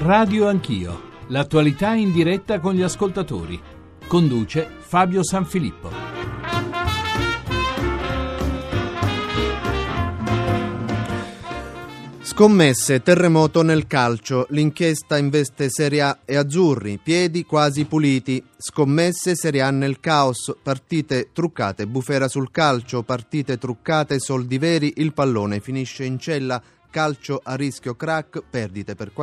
Radio Anch'io, l'attualità in diretta con gli ascoltatori. Conduce Fabio Sanfilippo. Scommesse, terremoto nel calcio, l'inchiesta investe Serie A e azzurri, piedi quasi puliti, scommesse, Serie A nel caos, partite truccate, bufera sul calcio, partite truccate, soldi veri, il pallone finisce in cella, calcio a rischio crack, perdite per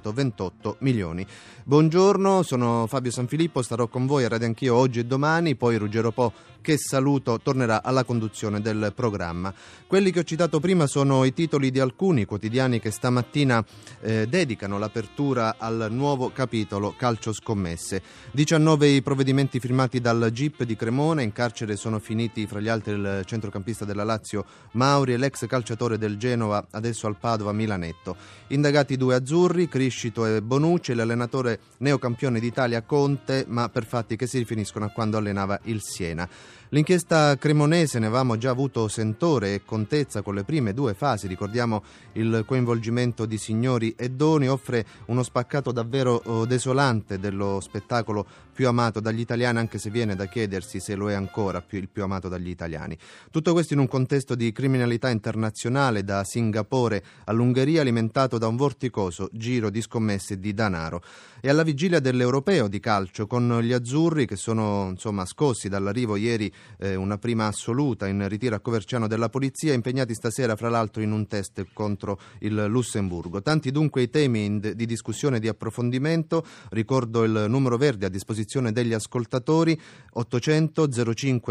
428 milioni. Buongiorno, sono Fabio Sanfilippo, starò con voi a Radio Anch'io oggi e domani, poi Ruggero Po, che saluto, tornerà alla conduzione del programma. Quelli che ho citato prima sono i titoli di alcuni quotidiani che stamattina dedicano l'apertura al nuovo capitolo calcio scommesse. 19 i provvedimenti firmati dal GIP di Cremona, in carcere sono finiti fra gli altri il centrocampista della Lazio Mauri e l'ex calciatore del Genova, adesso al Padova Milanetto. Indagati 2 azzurri, Criscito e Bonucci, l'allenatore neocampione d'Italia Conte, ma per fatti che si riferiscono a quando allenava il Siena. L'inchiesta cremonese, ne avevamo già avuto sentore e contezza con le prime 2 fasi, ricordiamo il coinvolgimento di signori e doni, offre uno spaccato davvero desolante dello spettacolo più amato dagli italiani, anche se viene da chiedersi se lo è ancora il più amato dagli italiani. Tutto questo in un contesto di criminalità internazionale, da Singapore all'Ungheria, alimentato da un vorticoso giro di scommesse e di denaro. E alla vigilia dell'Europeo di calcio, con gli azzurri che sono scossi dall'arrivo ieri una prima assoluta in ritiro a Coverciano della polizia, impegnati stasera fra l'altro in un test contro il Lussemburgo. Tanti dunque i temi di discussione e di approfondimento. Ricordo il numero verde a disposizione degli ascoltatori, 800 05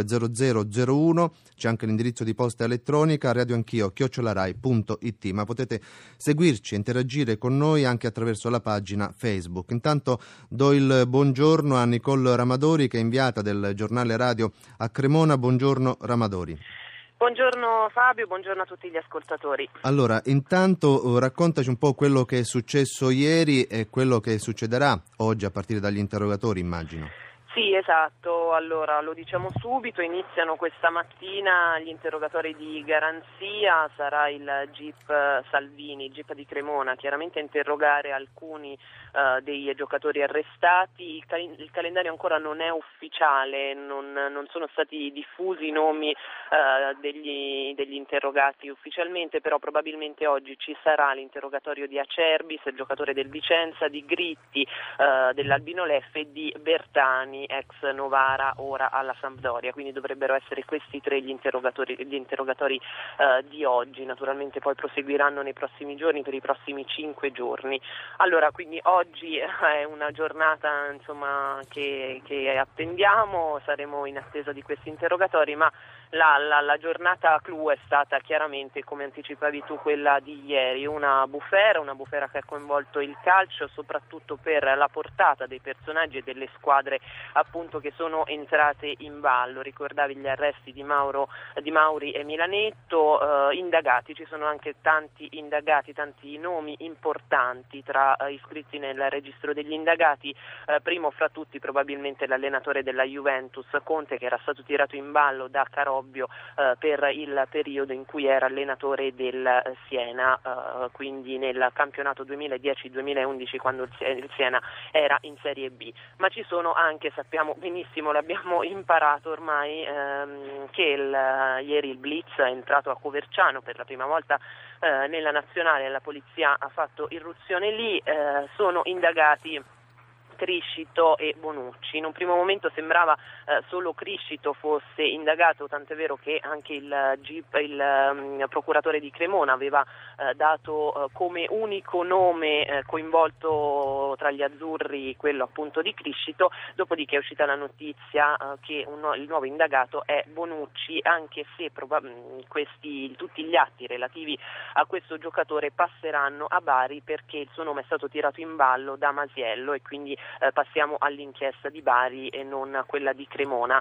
0001, c'è anche l'indirizzo di posta elettronica radioanchio@rai.it, ma potete seguirci e interagire con noi anche attraverso la pagina Facebook. Intanto do il buongiorno a Nicole Ramadori, che è inviata del giornale radio a Cremona. Buongiorno Ramadori. Buongiorno Fabio, buongiorno a tutti gli ascoltatori. Allora, intanto raccontaci un po' quello che è successo ieri e quello che succederà oggi a partire dagli interrogatori, immagino. Sì, esatto, allora lo diciamo subito, iniziano questa mattina gli interrogatori di garanzia, sarà il GIP Salvini, il GIP di Cremona, chiaramente a interrogare alcuni dei giocatori arrestati. Il calendario ancora non è ufficiale, non sono stati diffusi i nomi degli interrogati ufficialmente, però probabilmente oggi ci sarà l'interrogatorio di Acerbis, il giocatore del Vicenza, di Gritti, dell'Albino Leffe e di Bertani, ex Novara, ora alla Sampdoria. Quindi dovrebbero essere questi 3 gli interrogatori di oggi. Naturalmente poi proseguiranno nei prossimi giorni, per i prossimi 5 giorni. Allora, quindi oggi è una giornata che attendiamo, saremo in attesa di questi interrogatori, ma la giornata clou è stata chiaramente, come anticipavi tu, quella di ieri, una bufera che ha coinvolto il calcio, soprattutto per la portata dei personaggi e delle squadre appunto che sono entrate in ballo. Ricordavi gli arresti di Mauri e Milanetto, indagati, ci sono anche tanti indagati, tanti nomi importanti iscritti nel registro degli indagati, primo fra tutti probabilmente l'allenatore della Juventus Conte, che era stato tirato in ballo da Carobbio per il periodo in cui era allenatore del Siena, quindi nel campionato 2010-2011, quando il Siena era in Serie B. Ma ci sono anche, sappiamo benissimo, l'abbiamo imparato ormai, che ieri il Blitz è entrato a Coverciano per la prima volta nella nazionale, la polizia ha fatto irruzione lì, sono indagati Criscito e Bonucci. In un primo momento sembrava solo Criscito fosse indagato, tant'è vero che anche il GIP, il procuratore di Cremona, aveva dato come unico nome coinvolto tra gli azzurri quello appunto di Criscito. Dopodiché è uscita la notizia che il nuovo indagato è Bonucci, anche se tutti gli atti relativi a questo giocatore passeranno a Bari, perché il suo nome è stato tirato in ballo da Masiello e quindi passiamo all'inchiesta di Bari e non a quella di Cremona.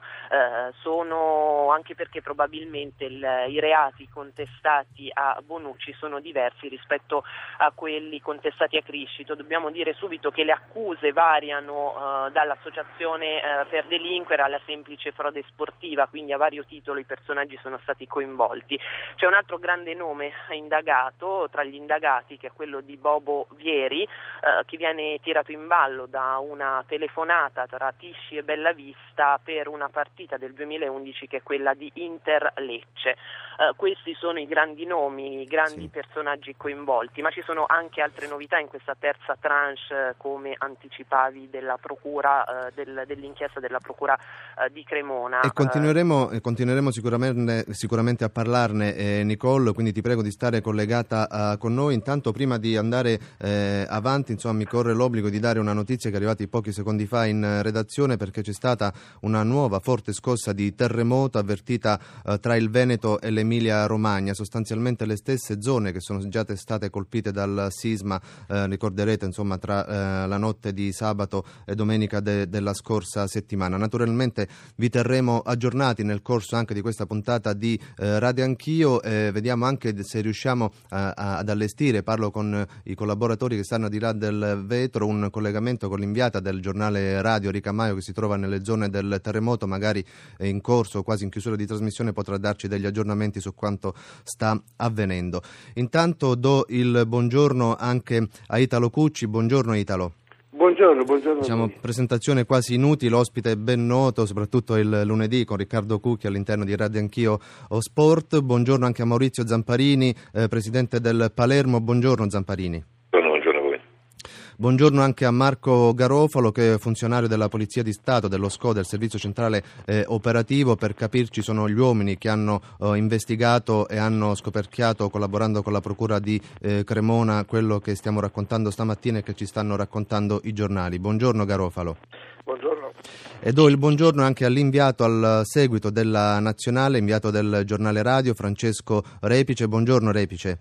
Sono anche perché probabilmente i reati contestati a Bonucci sono diversi rispetto a quelli contestati a Criscito. Dobbiamo dire subito che le accuse variano dall'associazione per delinquere alla semplice frode sportiva, quindi a vario titolo i personaggi sono stati coinvolti. C'è un altro grande nome indagato tra gli indagati, che è quello di Bobo Vieri, che viene tirato in ballo da una telefonata tra Tisci e Bellavista per una partita del 2011 che è quella di Inter-Lecce. Questi sono i grandi nomi, i grandi personaggi coinvolti, ma ci sono anche altre novità in questa terza tranche, come anticipavi, della procura dell'inchiesta della procura di Cremona. E continueremo sicuramente a parlarne, Nicole, quindi ti prego di stare collegata con noi. Intanto, prima di andare avanti, insomma, mi corre l'obbligo di dare una notizia che è arrivata pochi secondi fa in redazione, perché c'è stata una nuova forte scossa di terremoto avvertita tra il Veneto e l'Emilia Romagna, sostanzialmente le stesse zone che sono già state colpite dal sisma, ricorderete, insomma, tra la notte di sabato e domenica della scorsa settimana. Naturalmente vi terremo aggiornati nel corso anche di questa puntata di Radio Anch'io, vediamo anche se riusciamo ad allestire, parlo con i collaboratori che stanno di là del vetro, un collegamento con l'inviata del giornale radio Rica Maio, che si trova nelle zone del terremoto, magari in corso, quasi in chiusura di trasmissione, potrà darci degli aggiornamenti su quanto sta avvenendo. Intanto do il buongiorno anche a Italo Cucci. Buongiorno Italo. Buongiorno. Diciamo, presentazione quasi inutile, ospite ben noto, soprattutto il lunedì con Riccardo Cucchi all'interno di Radio Anch'io Sport. Buongiorno anche a Maurizio Zamparini, presidente del Palermo. Buongiorno Zamparini. Buongiorno a voi. Buongiorno anche a Marco Garofalo, che è funzionario della Polizia di Stato, dello SCO, del Servizio Centrale Operativo. Per capirci, sono gli uomini che hanno investigato e hanno scoperchiato, collaborando con la Procura di Cremona, quello che stiamo raccontando stamattina e che ci stanno raccontando i giornali. Buongiorno Garofalo. Buongiorno. E do il buongiorno anche all'inviato al seguito della Nazionale, inviato del giornale radio, Francesco Repice. Buongiorno Repice.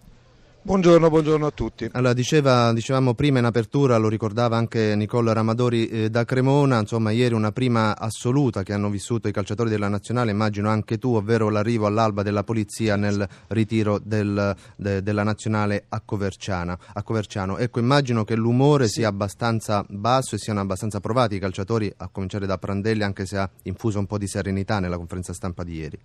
Buongiorno a tutti. Allora, dicevamo prima in apertura, lo ricordava anche Nicola Ramadori da Cremona, insomma ieri una prima assoluta che hanno vissuto i calciatori della Nazionale, immagino anche tu, ovvero l'arrivo all'alba della polizia nel ritiro della Nazionale a Coverciano. Ecco, immagino che l'umore sia abbastanza basso e siano abbastanza provati i calciatori, a cominciare da Prandelli, anche se ha infuso un po' di serenità nella conferenza stampa di ieri.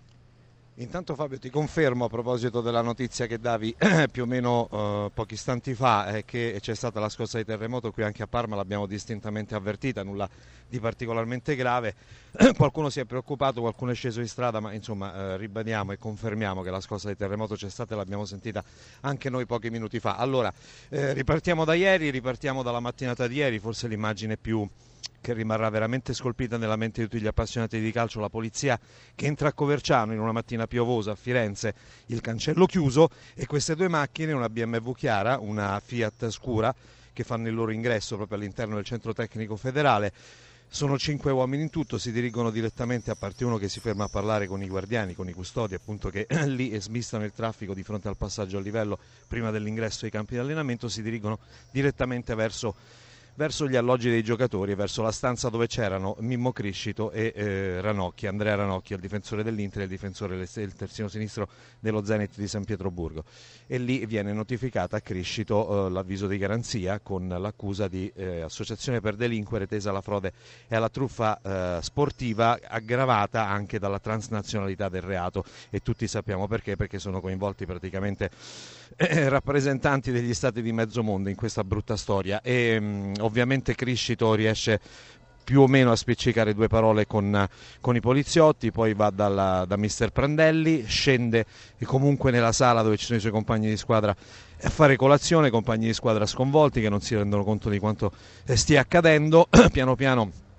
Intanto Fabio, ti confermo, a proposito della notizia che davi più o meno pochi istanti fa, che c'è stata la scossa di terremoto qui anche a Parma, l'abbiamo distintamente avvertita, nulla di particolarmente grave. Qualcuno si è preoccupato, qualcuno è sceso in strada, ma insomma ribadiamo e confermiamo che la scossa di terremoto c'è stata e l'abbiamo sentita anche noi pochi minuti fa. Allora, ripartiamo da ieri, ripartiamo dalla mattinata di ieri, forse l'immagine più che rimarrà veramente scolpita nella mente di tutti gli appassionati di calcio: la polizia che entra a Coverciano in una mattina piovosa a Firenze, il cancello chiuso, e queste due macchine, una BMW chiara, una Fiat scura, che fanno il loro ingresso proprio all'interno del centro tecnico federale. Sono 5 uomini in tutto, si dirigono direttamente, a parte uno che si ferma a parlare con i guardiani, con i custodi, appunto, che lì smistano il traffico di fronte al passaggio a livello prima dell'ingresso ai campi di allenamento, si dirigono direttamente verso gli alloggi dei giocatori, verso la stanza dove c'erano Mimmo Criscito e Andrea Ranocchi, il difensore dell'Inter e il difensore del terzino sinistro dello Zenit di San Pietroburgo. E lì viene notificata a Criscito l'avviso di garanzia con l'accusa di associazione per delinquere tesa alla frode e alla truffa sportiva, aggravata anche dalla transnazionalità del reato, e tutti sappiamo perché sono coinvolti praticamente rappresentanti degli stati di mezzo mondo in questa brutta storia. E ovviamente Criscito riesce più o meno a spiccicare due parole con i poliziotti, poi va da mister Prandelli, scende comunque nella sala dove ci sono i suoi compagni di squadra a fare colazione, compagni di squadra sconvolti che non si rendono conto di quanto stia accadendo. Piano piano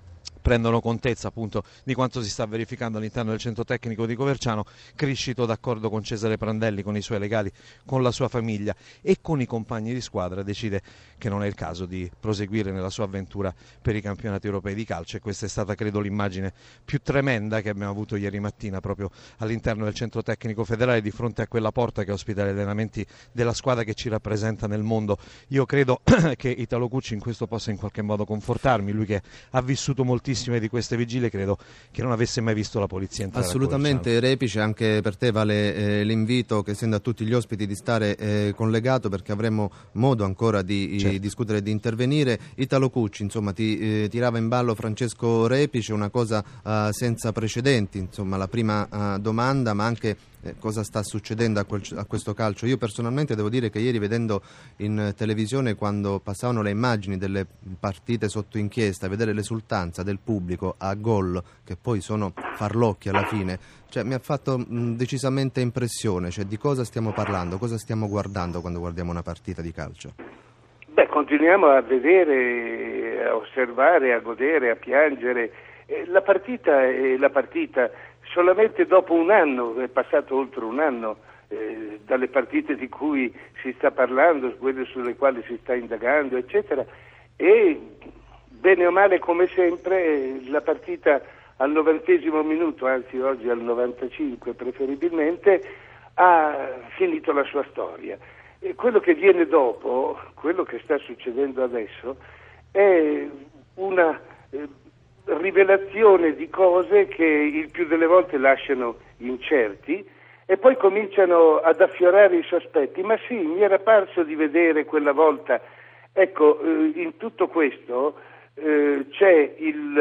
prendono contezza appunto di quanto si sta verificando all'interno del centro tecnico di Coverciano. Criscito, d'accordo con Cesare Prandelli, con i suoi legali, con la sua famiglia e con i compagni di squadra, decide che non è il caso di proseguire nella sua avventura per i campionati europei di calcio, e questa è stata, credo, l'immagine più tremenda che abbiamo avuto ieri mattina proprio all'interno del centro tecnico federale, di fronte a quella porta che ospita gli allenamenti della squadra che ci rappresenta nel mondo. Io credo che Italo Cucci in questo possa in qualche modo confortarmi, lui che ha vissuto moltissime di queste vigilie, credo che non avesse mai visto la polizia entrare. Assolutamente. Repice, anche per te vale l'invito, che essendo a tutti gli ospiti, di stare collegato, perché avremo modo ancora di discutere e di intervenire. Italo Cucci, insomma, ti tirava in ballo Francesco Repice, una cosa senza precedenti, insomma, la prima domanda, ma anche cosa sta succedendo a questo calcio. Io personalmente devo dire che ieri, vedendo in televisione quando passavano le immagini delle partite sotto inchiesta, vedere l'esultanza del pubblico a gol che poi sono farlocchi alla fine, mi ha fatto decisamente impressione. Di cosa stiamo parlando, cosa stiamo guardando quando guardiamo una partita di calcio? Continuiamo a vedere, a osservare, a godere, a piangere. La partita è la partita. Solamente dopo un anno, è passato oltre un anno dalle partite di cui si sta parlando, quelle sulle quali si sta indagando, eccetera, e bene o male, come sempre, la partita al 90° minuto, anzi oggi al 95 preferibilmente, ha finito la sua storia. E quello che viene dopo, quello che sta succedendo adesso, è una rivelazione di cose che il più delle volte lasciano incerti e poi cominciano ad affiorare i sospetti. Ma sì, mi era parso di vedere quella volta. Ecco, in tutto questo c'è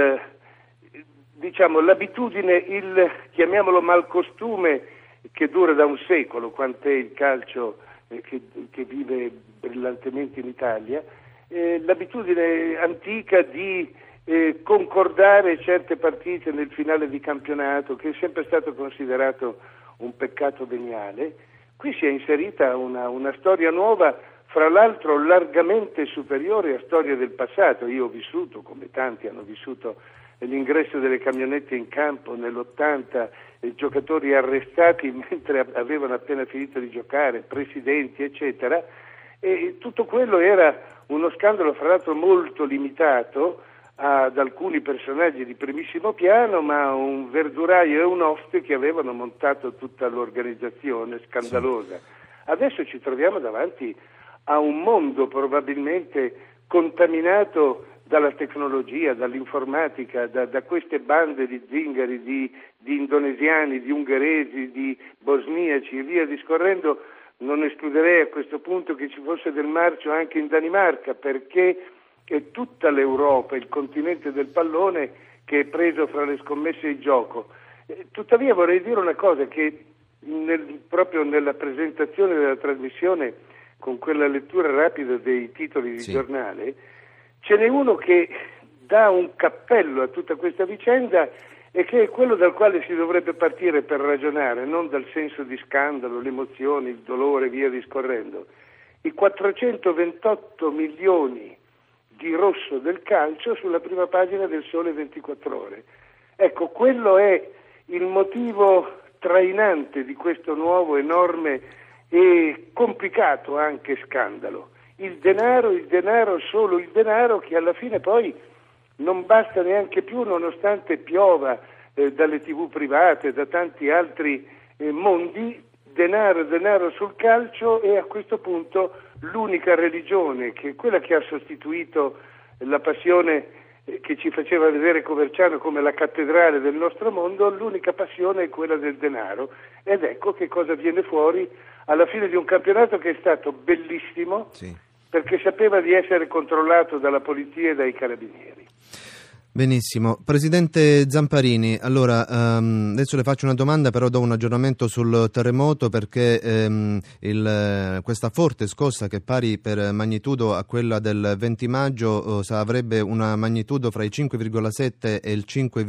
l'abitudine, chiamiamolo malcostume, che dura da un secolo, quant'è il calcio che vive brillantemente in Italia, l'abitudine antica di concordare certe partite nel finale di campionato, che è sempre stato considerato un peccato veniale. Qui si è inserita una storia nuova, fra l'altro largamente superiore a storie del passato. Io ho vissuto, come tanti hanno vissuto, l'ingresso delle camionette in campo nell'80, giocatori arrestati mentre avevano appena finito di giocare, presidenti, eccetera, e tutto quello era uno scandalo, fra l'altro molto limitato ad alcuni personaggi di primissimo piano, ma un verduraio e un oste che avevano montato tutta l'organizzazione scandalosa. Adesso ci troviamo davanti a un mondo probabilmente contaminato dalla tecnologia, dall'informatica, da queste bande di zingari, di indonesiani, di ungheresi, di bosniaci e via discorrendo. Non escluderei a questo punto che ci fosse del marcio anche in Danimarca, perché è tutta l'Europa, il continente del pallone, che è preso fra le scommesse di gioco. Tuttavia vorrei dire una cosa, che proprio nella presentazione della trasmissione, con quella lettura rapida dei titoli di giornale, ce n'è uno che dà un cappello a tutta questa vicenda e che è quello dal quale si dovrebbe partire per ragionare, non dal senso di scandalo, le emozioni, il dolore, via discorrendo. I 428 milioni di rosso del calcio sulla prima pagina del Sole 24 Ore. Ecco, quello è il motivo trainante di questo nuovo, enorme e complicato anche scandalo. Il denaro, solo il denaro, che alla fine poi non basta neanche più, nonostante piova dalle TV private, da tanti altri mondi. Denaro sul calcio, e a questo punto l'unica religione, che è quella che ha sostituito la passione che ci faceva vedere Coverciano come la cattedrale del nostro mondo, l'unica passione è quella del denaro. Ed ecco che cosa viene fuori alla fine di un campionato che è stato bellissimo, perché sapeva di essere controllato dalla polizia e dai carabinieri. Benissimo. Presidente Zamparini, allora adesso le faccio una domanda, però do un aggiornamento sul terremoto, perché questa forte scossa, che pari per magnitudo a quella del 20 maggio avrebbe una magnitudo fra i 5,7 e il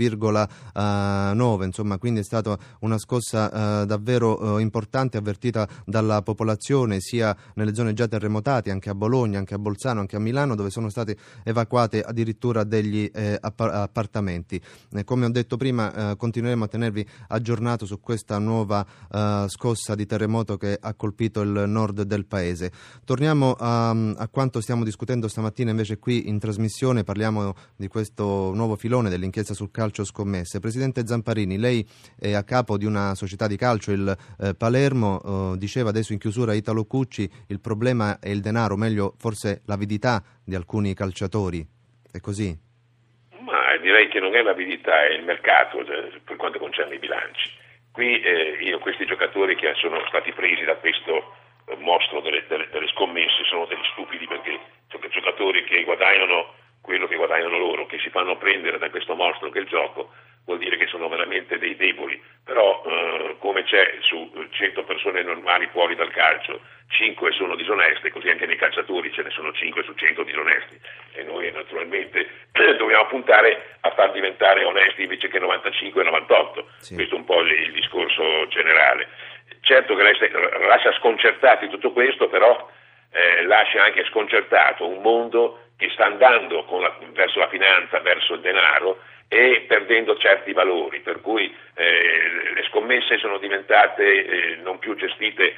5,9, insomma, quindi è stata una scossa davvero importante, avvertita dalla popolazione sia nelle zone già terremotate, anche a Bologna, anche a Bolzano, anche a Milano, dove sono state evacuate addirittura degli appartamenti. appartamenti. Come ho detto prima, continueremo a tenervi aggiornato su questa nuova scossa di terremoto che ha colpito il nord del paese. Torniamo a quanto stiamo discutendo stamattina invece qui in trasmissione. Parliamo di questo nuovo filone dell'inchiesta sul calcio scommesse. Presidente Zamparini, lei è a capo di una società di calcio, il Palermo, diceva adesso in chiusura Italo Cucci, il problema è il denaro, meglio forse l'avidità di alcuni calciatori. È così? Ma direi che non è l'avidità, è il mercato per quanto concerne i bilanci. Qui questi giocatori che sono stati presi da questo mostro delle scommesse sono degli stupidi, perché sono giocatori che guadagnano quello che guadagnano loro, che si fanno prendere da questo mostro che è il gioco, vuol dire che sono veramente dei deboli. Però come c'è su 100 persone normali fuori dal calcio 5 sono disoneste, così anche nei calciatori ce ne sono 5 su 100 disonesti, e noi naturalmente dobbiamo puntare a far diventare onesti invece che 95 e 98. Sì. Questo è un po' il discorso generale. Certo che lascia sconcertati tutto questo, però lascia anche sconcertato un mondo che sta andando verso la finanza, verso il denaro, e perdendo certi valori, per cui le scommesse sono diventate non più gestite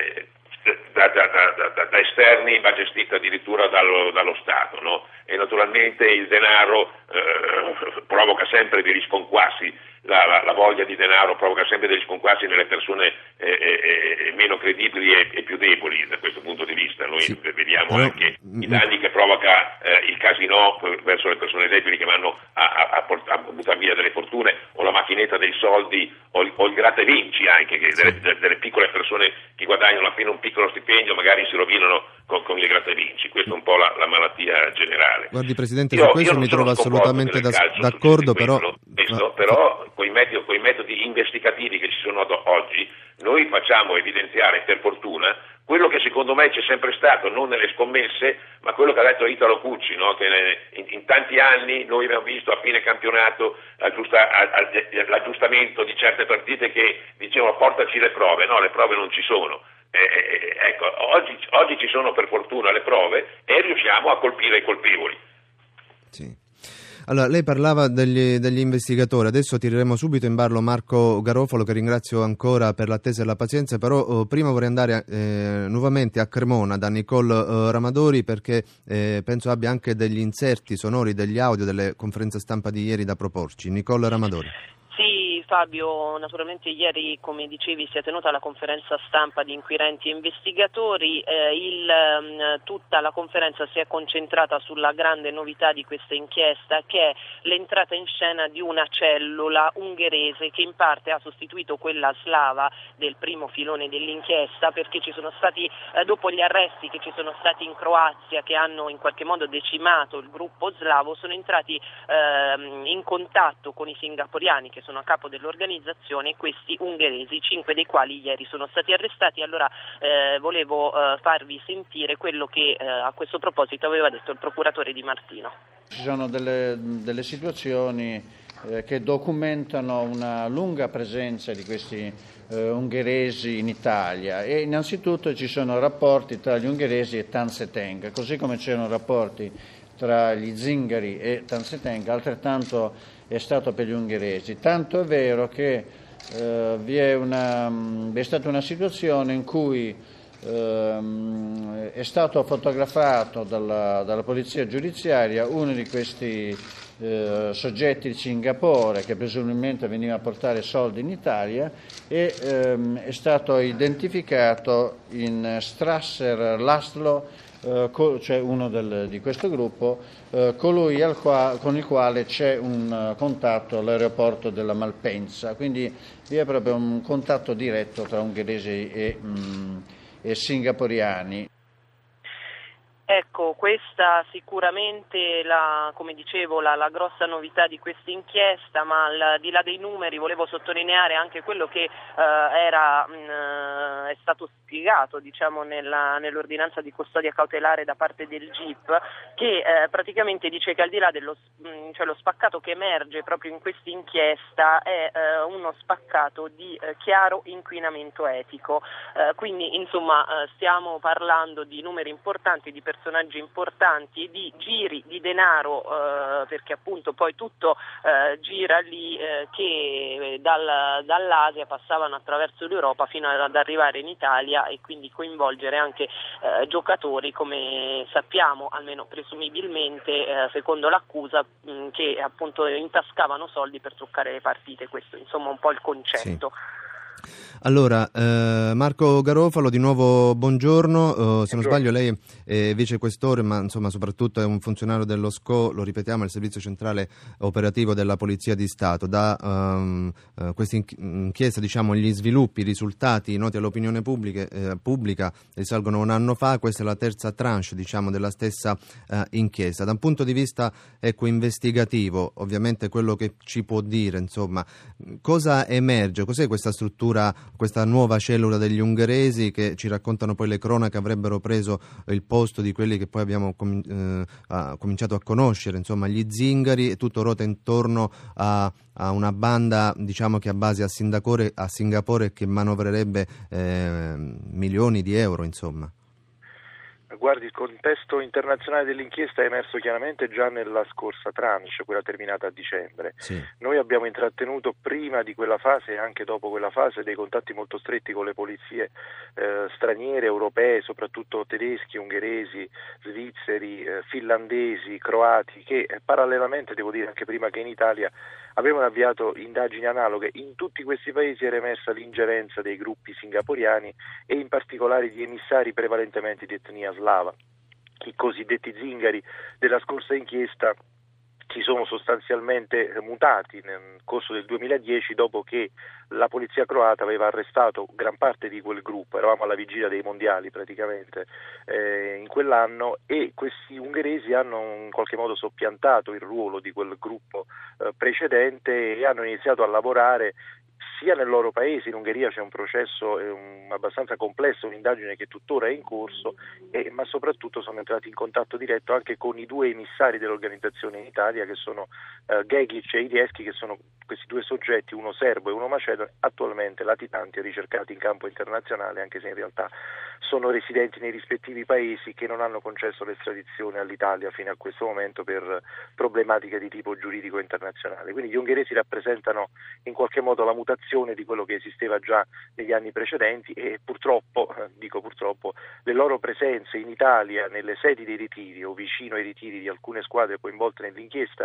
da esterni, ma gestite addirittura dallo Stato, no? E naturalmente il denaro provoca sempre degli sconquassi, la voglia di denaro provoca sempre degli sconquassi nelle persone meno credibili e più deboli da questo punto di vista. Noi vediamo anche i danni che provoca il casinò verso le persone debili che vanno a buttare via delle fortune, o la macchinetta dei soldi, o il gratta e vinci anche, che delle piccole persone che guadagnano appena un piccolo stipendio magari si rovinano con il gratta e vinci. Questa è un po' la malattia generale. Guardi Presidente, su questo mi trovo assolutamente d'accordo, però quei metodi investigativi che ci sono oggi, noi facciamo evidenziare, per fortuna, quello che secondo me c'è sempre stato, non nelle scommesse, ma quello che ha detto Italo Cucci, no? Che in tanti anni noi abbiamo visto a fine campionato l'aggiustamento di certe partite che dicevano portaci le prove. No, le prove non ci sono. Ecco, oggi ci sono per fortuna le prove e riusciamo a colpire i colpevoli. Sì. Allora, lei parlava degli investigatori, adesso tireremo subito in ballo Marco Garofalo, che ringrazio ancora per l'attesa e la pazienza, però prima vorrei andare nuovamente a Cremona da Nicole Ramadori, perché penso abbia anche degli inserti sonori, degli audio delle conferenze stampa di ieri da proporci. Nicole Ramadori. Sì, Fabio, naturalmente ieri, come dicevi, si è tenuta la conferenza stampa di inquirenti e investigatori. Tutta la conferenza si è concentrata sulla grande novità di questa inchiesta, che è l'entrata in scena di una cellula ungherese che in parte ha sostituito quella slava del primo filone dell'inchiesta, perché ci sono stati, dopo gli arresti che ci sono stati in Croazia, che hanno in qualche modo decimato il gruppo slavo, sono entrati in contatto con i singaporiani che sono a capo dell'organizzazione, questi ungheresi, 5 dei quali ieri sono stati arrestati. Allora volevo farvi sentire quello che a questo proposito aveva detto il procuratore Di Martino. Ci sono delle situazioni che documentano una lunga presenza di questi ungheresi in Italia, e innanzitutto ci sono rapporti tra gli ungheresi e Tanseteng, così come c'erano rapporti tra gli zingari e Tanseteng, altrettanto è stato per gli ungheresi. Tanto è vero che vi è stata una situazione in cui è stato fotografato dalla polizia giudiziaria uno di questi soggetti di Singapore, che presumibilmente veniva a portare soldi in Italia, e è stato identificato in Strasser Laszlo, cioè uno di questo gruppo, colui con il quale c'è un contatto all'aeroporto della Malpensa. Quindi vi è proprio un contatto diretto tra ungheresi e singaporiani. Ecco, questa sicuramente come dicevo, la grossa novità di questa inchiesta, ma al di là dei numeri volevo sottolineare anche quello che è stato spiegato, diciamo, nell'ordinanza di custodia cautelare da parte del GIP, che praticamente dice che al di là lo spaccato che emerge proprio in questa inchiesta è uno spaccato di chiaro inquinamento etico. Quindi insomma stiamo parlando di numeri importanti, di persone personaggi importanti e di giri di denaro, perché appunto poi tutto gira lì, che dall'Asia passavano attraverso l'Europa fino ad arrivare in Italia e quindi coinvolgere anche giocatori, come sappiamo, almeno presumibilmente, secondo l'accusa, che appunto intascavano soldi per truccare le partite. Questo insomma un po' il concetto. Sì. Allora, Marco Garofalo, di nuovo buongiorno. Se non sbaglio lei è vicequestore, ma insomma soprattutto è un funzionario dello SCO, lo ripetiamo, il Servizio Centrale Operativo della Polizia di Stato. Da questa inchiesta, diciamo, gli sviluppi, i risultati noti all'opinione pubblica risalgono un anno fa. Questa è la terza tranche, diciamo, della stessa inchiesta. Da un punto di vista investigativo, ovviamente quello che ci può dire, insomma, cosa emerge, cos'è questa struttura, questa nuova cellula degli ungheresi che ci raccontano poi le cronache avrebbero preso il posto di quelli che poi abbiamo cominciato a conoscere, insomma gli zingari, e tutto ruota intorno a una banda, diciamo, che ha base a Singapore e che manovrerebbe milioni di euro, insomma. Guardi, il contesto internazionale dell'inchiesta è emerso chiaramente già nella scorsa tranche, quella terminata a dicembre. Sì. Noi abbiamo intrattenuto prima di quella fase e anche dopo quella fase dei contatti molto stretti con le polizie straniere, europee, soprattutto tedeschi, ungheresi, svizzeri, finlandesi, croati, che parallelamente, devo dire anche prima che in Italia, avevano avviato indagini analoghe. In tutti questi paesi era emersa l'ingerenza dei gruppi singaporiani e in particolare di emissari prevalentemente di etnia slava. I cosiddetti zingari della scorsa inchiesta si sono sostanzialmente mutati nel corso del 2010, dopo che la polizia croata aveva arrestato gran parte di quel gruppo. Eravamo alla vigilia dei mondiali praticamente in quell'anno, e questi ungheresi hanno in qualche modo soppiantato il ruolo di quel gruppo precedente e hanno iniziato a lavorare sia nel loro paese. In Ungheria c'è un processo abbastanza complesso, un'indagine che tuttora è in corso, ma soprattutto sono entrati in contatto diretto anche con i due emissari dell'organizzazione in Italia, che sono Gegic e Ilieschi, che sono questi due soggetti, uno serbo e uno macedone, attualmente latitanti e ricercati in campo internazionale, anche se in realtà sono residenti nei rispettivi paesi, che non hanno concesso l'estradizione all'Italia fino a questo momento per problematiche di tipo giuridico internazionale. Quindi gli ungheresi rappresentano in qualche modo la mutazione di quello che esisteva già negli anni precedenti, e purtroppo, le loro presenze in Italia nelle sedi dei ritiri o vicino ai ritiri di alcune squadre coinvolte nell'inchiesta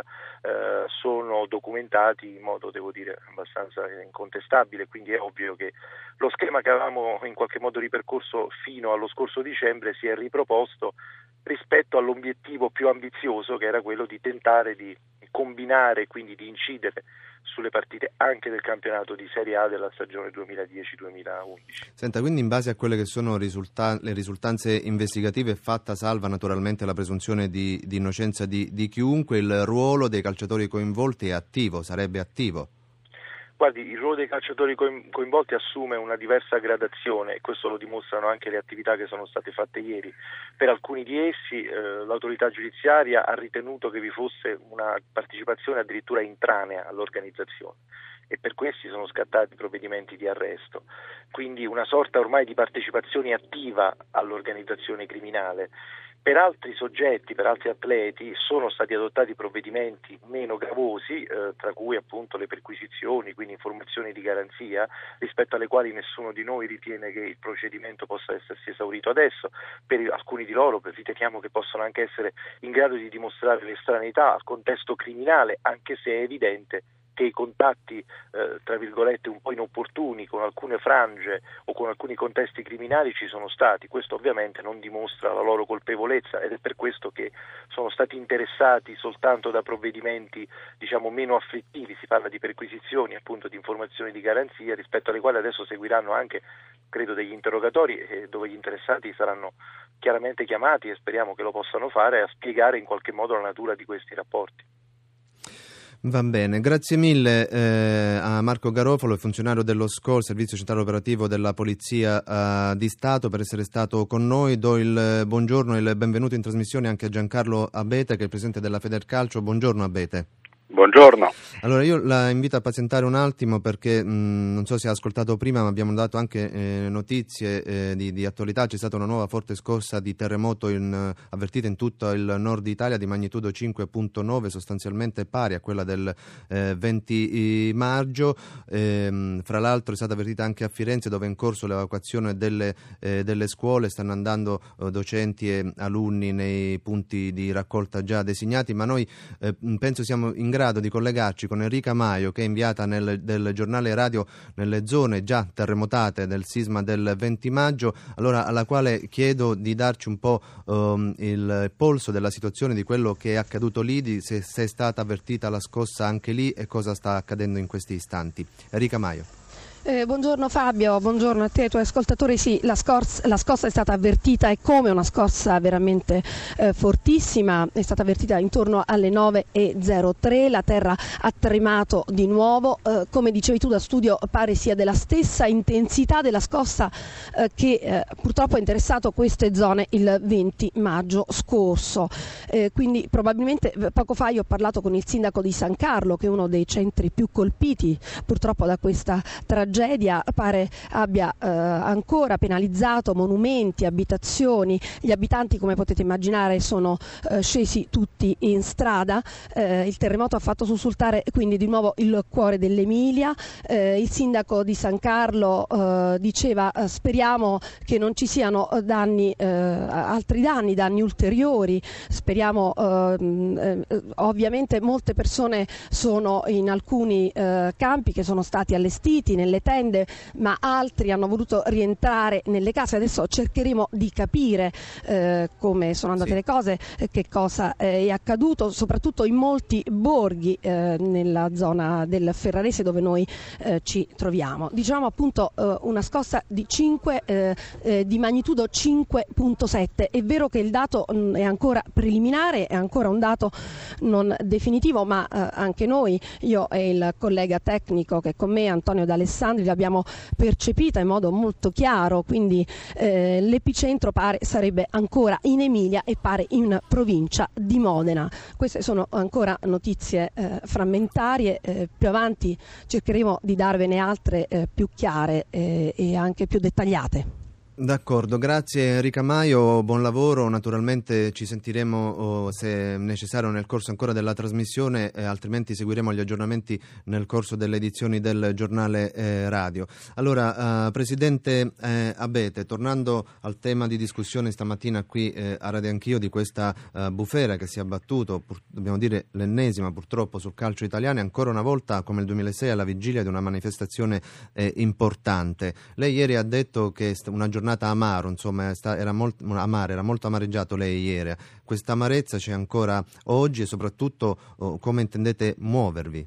sono documentati in modo, devo dire, abbastanza incontestabile. Quindi è ovvio che lo schema che avevamo in qualche modo ripercorso fino allo scorso dicembre si è riproposto rispetto all'obiettivo più ambizioso, che era quello di tentare di combinare, quindi di incidere sulle partite anche del campionato di Serie A della stagione 2010-2011. Senta, quindi in base a quelle che sono le risultanze investigative, fatta salva naturalmente la presunzione di innocenza di chiunque, il ruolo dei calciatori coinvolti è attivo, sarebbe attivo? Guardi, il ruolo dei calciatori coinvolti assume una diversa gradazione, e questo lo dimostrano anche le attività che sono state fatte ieri. Per alcuni di essi l'autorità giudiziaria ha ritenuto che vi fosse una partecipazione addirittura intranea all'organizzazione, e per questi sono scattati provvedimenti di arresto. Quindi una sorta ormai di partecipazione attiva all'organizzazione criminale. Per altri soggetti, per altri atleti, sono stati adottati provvedimenti meno gravosi, tra cui appunto le perquisizioni, quindi informazioni di garanzia, rispetto alle quali nessuno di noi ritiene che il procedimento possa essersi esaurito adesso. Per alcuni di loro riteniamo che possono anche essere in grado di dimostrare l'estraneità al contesto criminale, anche se è evidente che i contatti, tra virgolette, un po' inopportuni con alcune frange o con alcuni contesti criminali ci sono stati. Questo ovviamente non dimostra la loro colpevolezza, ed è per questo che sono stati interessati soltanto da provvedimenti, diciamo, meno afflittivi. Si parla di perquisizioni, appunto, di informazioni di garanzia, rispetto alle quali adesso seguiranno anche, credo, degli interrogatori, dove gli interessati saranno chiaramente chiamati, e speriamo che lo possano fare, a spiegare in qualche modo la natura di questi rapporti. Va bene, grazie mille a Marco Garofalo, funzionario dello SCO, Servizio Centrale Operativo della Polizia di Stato, per essere stato con noi. Do il buongiorno e il benvenuto in trasmissione anche a Giancarlo Abete, che è il presidente della Federcalcio. Buongiorno Abete. Buongiorno. Allora io la invito a pazientare un attimo perché non so se ha ascoltato prima, ma abbiamo dato anche notizie di attualità. C'è stata una nuova forte scossa di terremoto avvertita in tutto il nord Italia di magnitudo 5.9, sostanzialmente pari a quella del 20 maggio. Fra l'altro è stata avvertita anche a Firenze, dove è in corso l'evacuazione delle scuole. Stanno andando docenti e alunni nei punti di raccolta già designati, ma noi penso siamo in grado di collegarci con Enrica Maio, che è inviata del giornale radio nelle zone già terremotate del sisma del 20 maggio, allora alla quale chiedo di darci un po' il polso della situazione, di quello che è accaduto lì, se è stata avvertita la scossa anche lì e cosa sta accadendo in questi istanti. Enrica Maio. Buongiorno Fabio, buongiorno a te e ai tuoi ascoltatori. Sì, la scossa è stata avvertita, e come una scossa veramente fortissima, è stata avvertita intorno alle 9:03, la terra ha tremato di nuovo, come dicevi tu da studio pare sia della stessa intensità della scossa che purtroppo ha interessato queste zone il 20 maggio scorso, quindi probabilmente poco fa io ho parlato con il sindaco di San Carlo, che è uno dei centri più colpiti purtroppo da questa tragedia. Pare abbia ancora penalizzato monumenti, abitazioni. Gli abitanti, come potete immaginare, sono scesi tutti in strada. Il terremoto ha fatto sussultare quindi di nuovo il cuore dell'Emilia. Il sindaco di San Carlo diceva speriamo che non ci siano altri danni ulteriori. Speriamo, ovviamente molte persone sono in alcuni campi che sono stati allestiti nelle tende, ma altri hanno voluto rientrare nelle case. Adesso cercheremo di capire come sono andate le cose, che cosa è accaduto, soprattutto in molti borghi nella zona del Ferrarese dove noi ci troviamo. Diciamo appunto una scossa di magnitudo 5.7. È vero che il dato è ancora preliminare, è ancora un dato non definitivo, ma anche noi, io e il collega tecnico che è con me, Antonio D'Alessandri, l'abbiamo percepita in modo molto chiaro, quindi l'epicentro pare sarebbe ancora in Emilia e pare in provincia di Modena. Queste sono ancora notizie frammentarie, più avanti cercheremo di darvene altre più chiare e anche più dettagliate. D'accordo, grazie Enrica Maio, buon lavoro. Naturalmente ci sentiremo se necessario nel corso ancora della trasmissione, altrimenti seguiremo gli aggiornamenti nel corso delle edizioni del giornale radio. Allora, Presidente Abete, tornando al tema di discussione stamattina qui a Radio Anch'io di questa bufera che si è abbattuto, dobbiamo dire l'ennesima purtroppo, sul calcio italiano, ancora una volta come il 2006 alla vigilia di una manifestazione importante. Lei ieri ha detto che una giornata amaro, insomma, era molto amareggiato lei ieri. Questa amarezza c'è ancora oggi e soprattutto come intendete muovervi?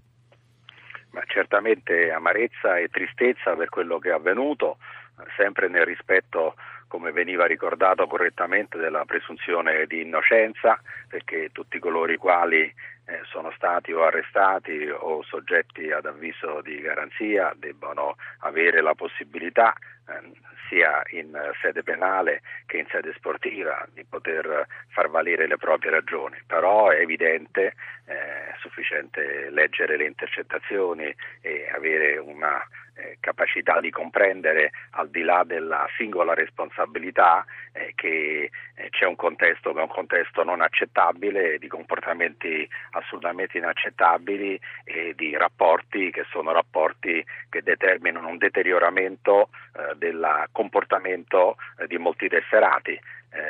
Ma certamente amarezza e tristezza per quello che è avvenuto, sempre nel rispetto, come veniva ricordato correttamente, della presunzione di innocenza, perché tutti coloro i quali sono stati o arrestati o soggetti ad avviso di garanzia debbano avere la possibilità sia in sede penale che in sede sportiva di poter far valere le proprie ragioni. Però è evidente, è sufficiente leggere le intercettazioni e avere una capacità di comprendere, al di là della singola responsabilità, che c'è un contesto che è un contesto non accettabile, di comportamenti assolutamente inaccettabili e di rapporti che sono rapporti che determinano un deterioramento del comportamento di molti tesserati.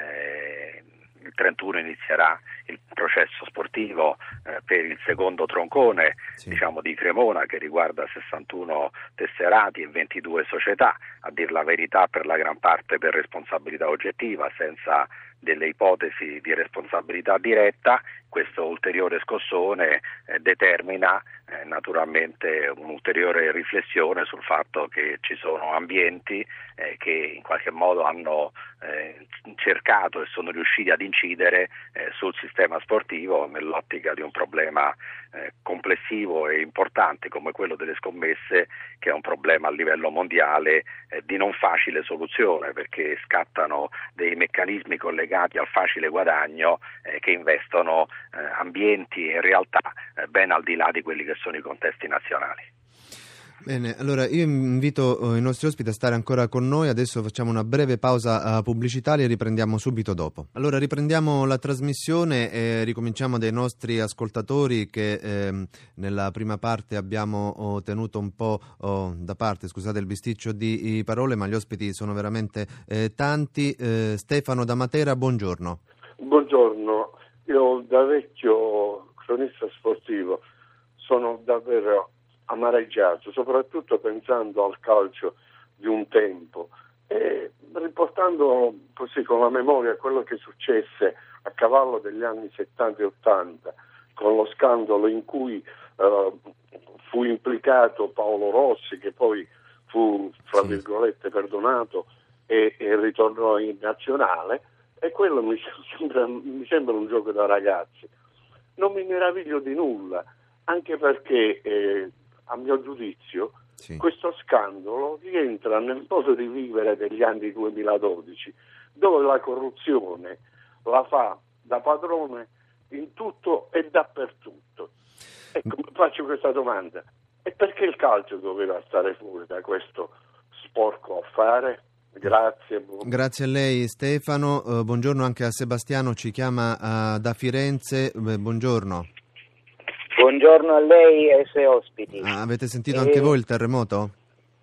Il 31 inizierà il processo sportivo per il secondo troncone, di Cremona, che riguarda 61 tesserati e 22 società, a dir la verità per la gran parte per responsabilità oggettiva, senza delle ipotesi di responsabilità diretta. Questo ulteriore scossone determina naturalmente un'ulteriore riflessione sul fatto che ci sono ambienti che in qualche modo hanno cercato e sono riusciti ad incidere sul sistema sportivo nell'ottica di un problema complessivo e importante come quello delle scommesse, che è un problema a livello mondiale di non facile soluzione, perché scattano dei meccanismi collegati al facile guadagno che investono ambienti e realtà ben al di là di quelli che sono i contesti nazionali. Bene, allora io invito i nostri ospiti a stare ancora con noi, adesso facciamo una breve pausa pubblicitaria e riprendiamo subito dopo. Allora riprendiamo la trasmissione e ricominciamo dai nostri ascoltatori che nella prima parte abbiamo tenuto un po' da parte, scusate il bisticcio di parole, ma gli ospiti sono veramente tanti. Stefano da Matera, buongiorno. Buongiorno, io da vecchio cronista sportivo sono davvero amareggiato, soprattutto pensando al calcio di un tempo e riportando così con la memoria quello che successe a cavallo degli anni 70 e 80 con lo scandalo in cui fu implicato Paolo Rossi, che poi fu fra virgolette perdonato e ritornò in nazionale, e quello mi sembra un gioco da ragazzi. Non mi meraviglio di nulla, anche perché a mio giudizio, questo scandalo rientra nel modo di vivere degli anni 2012, dove la corruzione la fa da padrone in tutto e dappertutto. Ecco, faccio questa domanda: e perché il calcio doveva stare fuori da questo sporco affare? Grazie. Grazie a lei Stefano, buongiorno anche a Sebastiano, ci chiama da Firenze, buongiorno. Buongiorno a lei e ai suoi ospiti. Avete sentito anche voi il terremoto?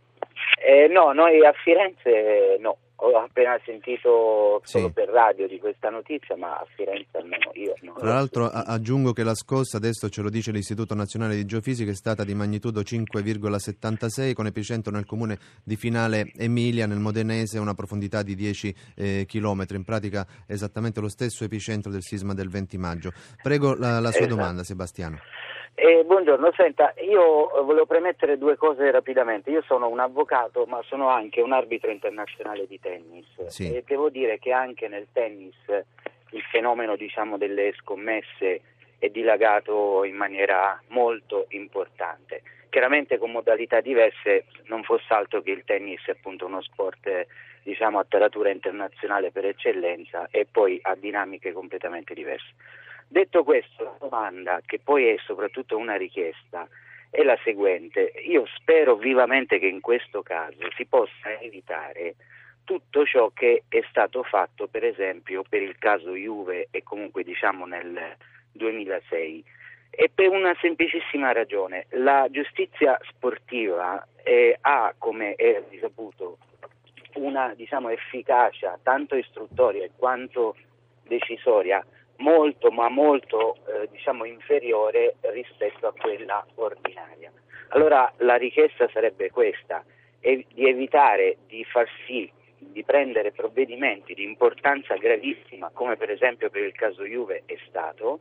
No, noi a Firenze no, ho appena sentito solo per radio di questa notizia, ma a Firenze almeno io no. Tra l'altro aggiungo che la scossa, adesso ce lo dice l'Istituto Nazionale di Geofisica, è stata di magnitudo 5,76 con epicentro nel comune di Finale Emilia, nel Modenese, a una profondità di 10 chilometri, in pratica esattamente lo stesso epicentro del sisma del 20 maggio. Prego la sua domanda, Sebastiano. Buongiorno, senta, io volevo premettere due cose rapidamente. Io sono un avvocato, ma sono anche un arbitro internazionale di tennis e devo dire che anche nel tennis il fenomeno, diciamo, delle scommesse è dilagato in maniera molto importante. Chiaramente con modalità diverse, non fosse altro che il tennis è appunto uno sport, diciamo, a taratura internazionale per eccellenza e poi ha dinamiche completamente diverse. Detto questo, la domanda, che poi è soprattutto una richiesta, è la seguente: io spero vivamente che in questo caso si possa evitare tutto ciò che è stato fatto per esempio per il caso Juve e comunque diciamo nel 2006, e per una semplicissima ragione: la giustizia sportiva ha, come è risaputo, una, diciamo, efficacia tanto istruttoria quanto decisoria molto diciamo inferiore rispetto a quella ordinaria. Allora la richiesta sarebbe questa: di evitare di far sì di prendere provvedimenti di importanza gravissima, come per esempio per il caso Juve è stato,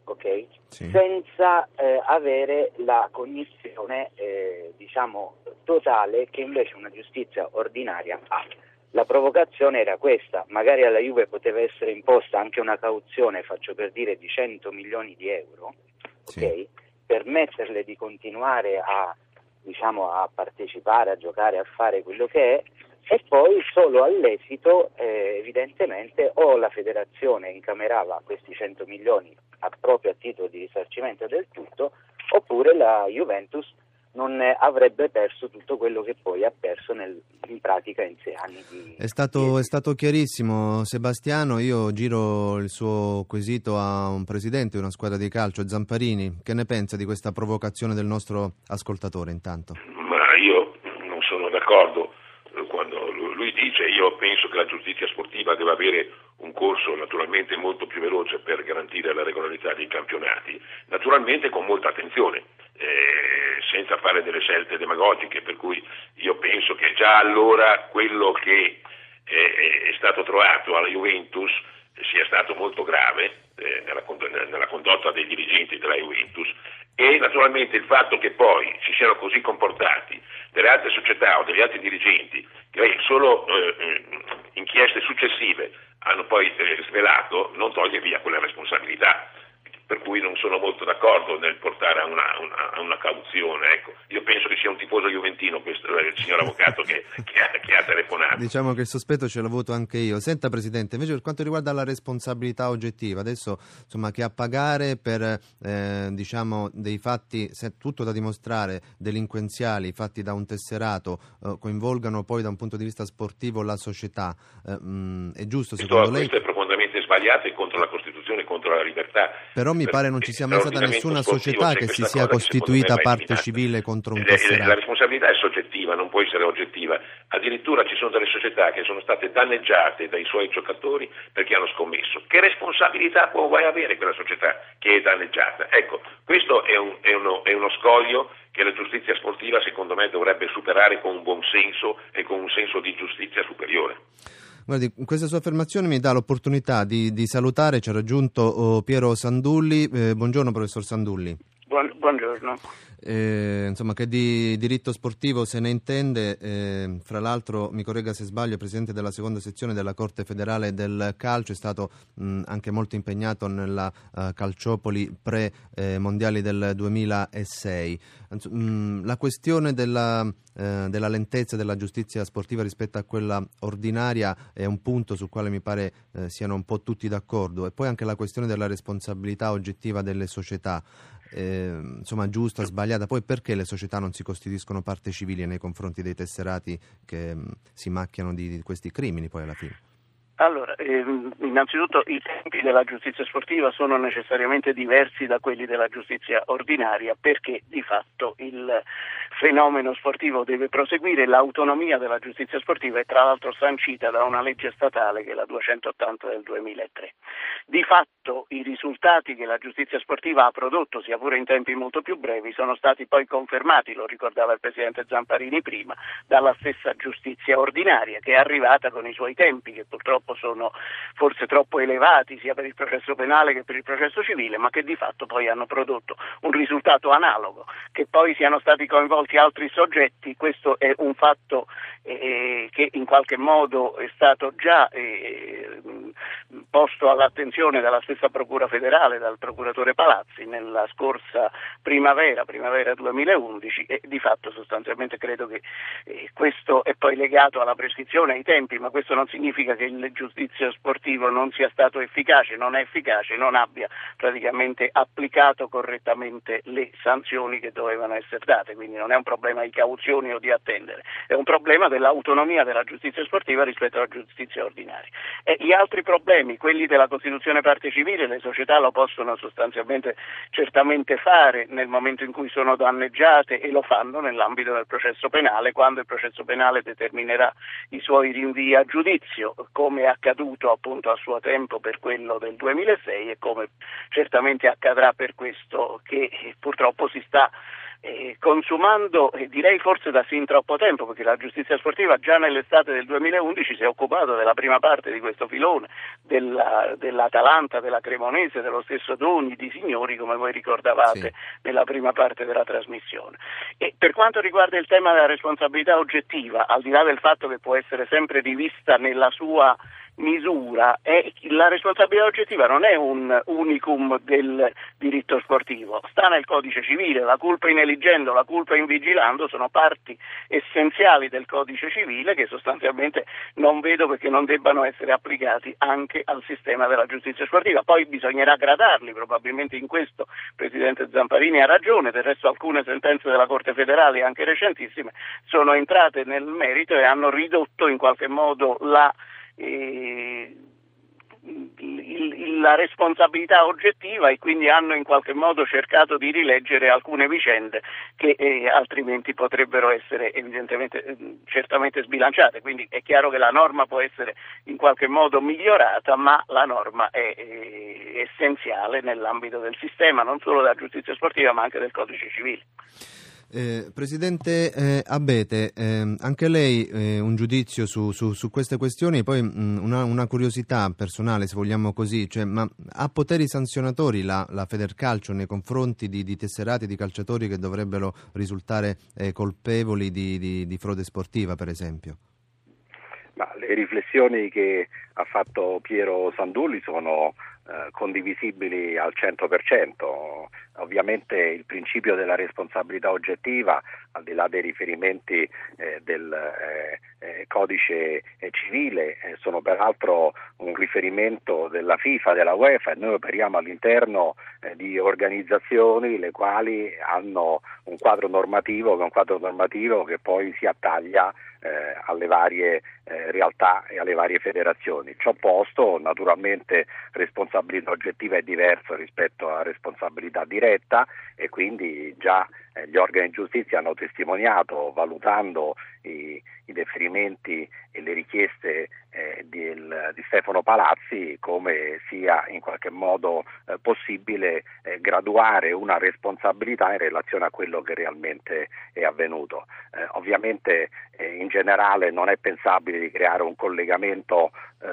senza avere la cognizione diciamo totale che invece una giustizia ordinaria ha. La provocazione era questa: magari alla Juve poteva essere imposta anche una cauzione, faccio per dire, di 100 milioni di euro, permetterle di continuare a, diciamo, a partecipare, a giocare, a fare quello che è, e poi solo all'esito evidentemente o la federazione incamerava questi 100 milioni proprio a titolo di risarcimento del tutto, oppure la Juventus non avrebbe perso tutto quello che poi ha perso in pratica in 6 anni di... È stato chiarissimo, Sebastiano. Io giro il suo quesito a un presidente di una squadra di calcio, Zamparini. Che ne pensa di questa provocazione del nostro ascoltatore intanto? Ma io non sono d'accordo quando lui dice: io penso che la giustizia sportiva deve avere un corso naturalmente molto più veloce per garantire la regolarità dei campionati, naturalmente con molta attenzione, senza fare delle scelte demagogiche, per cui io penso che già allora quello che è stato trovato alla Juventus sia stato molto grave nella condotta dei dirigenti della Juventus, e naturalmente il fatto che poi si siano così comportati delle altre società o degli altri dirigenti, che solo inchieste successive hanno poi svelato, non toglie via quella responsabilità. Per cui non sono molto d'accordo nel portare a una cauzione. Ecco, io penso che sia un tifoso juventino questo, il signor avvocato che ha telefonato. penale. Diciamo che il sospetto ce l'ho avuto anche io. Senta Presidente, invece per quanto riguarda la responsabilità oggettiva, adesso insomma che a pagare per dei fatti, se tutto da dimostrare, delinquenziali fatti da un tesserato, coinvolgano poi da un punto di vista sportivo la società, è giusto secondo lei? Questo è profondamente sbagliato e contro la Costituzione e contro la libertà. Però mi pare non ci sia mai stata nessuna società che si sia costituita parte civile contro un tesserato. La responsabilità è soggettiva, non può essere oggettiva. Addirittura ci sono delle società che sono state danneggiate dai suoi giocatori perché hanno scommesso. Che responsabilità può mai avere quella società che è danneggiata? Ecco, questo è uno scoglio che la giustizia sportiva secondo me dovrebbe superare con un buon senso e con un senso di giustizia superiore. Guardi, questa sua affermazione mi dà l'opportunità di salutare, ci ha raggiunto Piero Sandulli. Buongiorno professor Sandulli. Buongiorno. Insomma, che di diritto sportivo se ne intende, fra l'altro mi corregga se sbaglio, è presidente della seconda sezione della Corte Federale del Calcio, è stato anche molto impegnato nella calciopoli pre-mondiali del 2006. La questione della lentezza della giustizia sportiva rispetto a quella ordinaria è un punto sul quale mi pare siano un po' tutti d'accordo, e poi anche la questione della responsabilità oggettiva delle società. Insomma, giusta, sbagliata, poi perché le società non si costituiscono parte civile nei confronti dei tesserati che si macchiano di questi crimini poi alla fine? Allora, innanzitutto i tempi della giustizia sportiva sono necessariamente diversi da quelli della giustizia ordinaria, perché di fatto il fenomeno sportivo deve proseguire. L'autonomia della giustizia sportiva è tra l'altro sancita da una legge statale che è la 280 del 2003. Di fatto i risultati che la giustizia sportiva ha prodotto, sia pure in tempi molto più brevi, sono stati poi confermati, lo ricordava il Presidente Zamparini prima, dalla stessa giustizia ordinaria, che è arrivata con i suoi tempi, che purtroppo sono forse troppo elevati sia per il processo penale che per il processo civile, ma che di fatto poi hanno prodotto un risultato analogo. Che poi siano stati coinvolti altri soggetti, questo è un fatto che in qualche modo è stato già posto all'attenzione dalla stessa Procura federale, dal procuratore Palazzi nella scorsa primavera 2011, e di fatto sostanzialmente credo che questo è poi legato alla prescrizione, ai tempi, ma questo non significa che il giudizio sportivo non sia stato efficace, non è efficace, non abbia praticamente applicato correttamente le sanzioni che dovevano essere date, quindi non è un problema di cauzioni o di attendere, è un problema dell'autonomia della giustizia sportiva rispetto alla giustizia ordinaria. E gli altri problemi, quelli della costituzione parte civile, le società lo possono sostanzialmente certamente fare nel momento in cui sono danneggiate, e lo fanno nell'ambito del processo penale, quando il processo penale determinerà i suoi rinvii a giudizio, come è accaduto appunto a suo tempo per quello del 2006 e come certamente accadrà per questo che purtroppo si sta consumando, direi forse da sin troppo tempo, perché la giustizia sportiva già nell'estate del 2011 si è occupato della prima parte di questo filone, dell'Atalanta, della Cremonese, dello stesso Doni, di Signori, come voi ricordavate nella prima parte della trasmissione. E per quanto riguarda il tema della responsabilità oggettiva, al di là del fatto che può essere sempre rivista nella sua misura, la responsabilità oggettiva non è un unicum del diritto sportivo, sta nel codice civile. La culpa in eligendo, la culpa in vigilando sono parti essenziali del codice civile che sostanzialmente non vedo perché non debbano essere applicati anche al sistema della giustizia sportiva. Poi bisognerà gradarli, probabilmente in questo il Presidente Zamparini ha ragione, del resto alcune sentenze della Corte Federale, anche recentissime, sono entrate nel merito e hanno ridotto in qualche modo la responsabilità oggettiva, e quindi hanno in qualche modo cercato di rileggere alcune vicende che altrimenti potrebbero essere evidentemente certamente sbilanciate. Quindi è chiaro che la norma può essere in qualche modo migliorata, ma la norma è essenziale nell'ambito del sistema non solo della giustizia sportiva ma anche del codice civile. Presidente Abete, anche lei un giudizio su queste questioni, poi una curiosità personale, se vogliamo così, cioè, ma ha poteri sanzionatori la Federcalcio nei confronti di tesserati, di calciatori che dovrebbero risultare colpevoli di frode sportiva, per esempio? Ma le riflessioni che ha fatto Piero Sandulli sono condivisibili al 100%. Ovviamente il principio della responsabilità oggettiva, al di là dei riferimenti del codice civile, sono peraltro un riferimento della FIFA, della UEFA, e noi operiamo all'interno di organizzazioni le quali hanno un quadro normativo che poi si attaglia alle varie realtà e alle varie federazioni. Ciò posto, naturalmente responsabilità oggettiva è diverso rispetto a responsabilità diretta, e quindi già gli organi di giustizia hanno testimoniato, valutando i deferimenti e le richieste di Stefano Palazzi, come sia in qualche modo possibile graduare una responsabilità in relazione a quello che realmente è avvenuto. Ovviamente in generale non è pensabile di creare un collegamento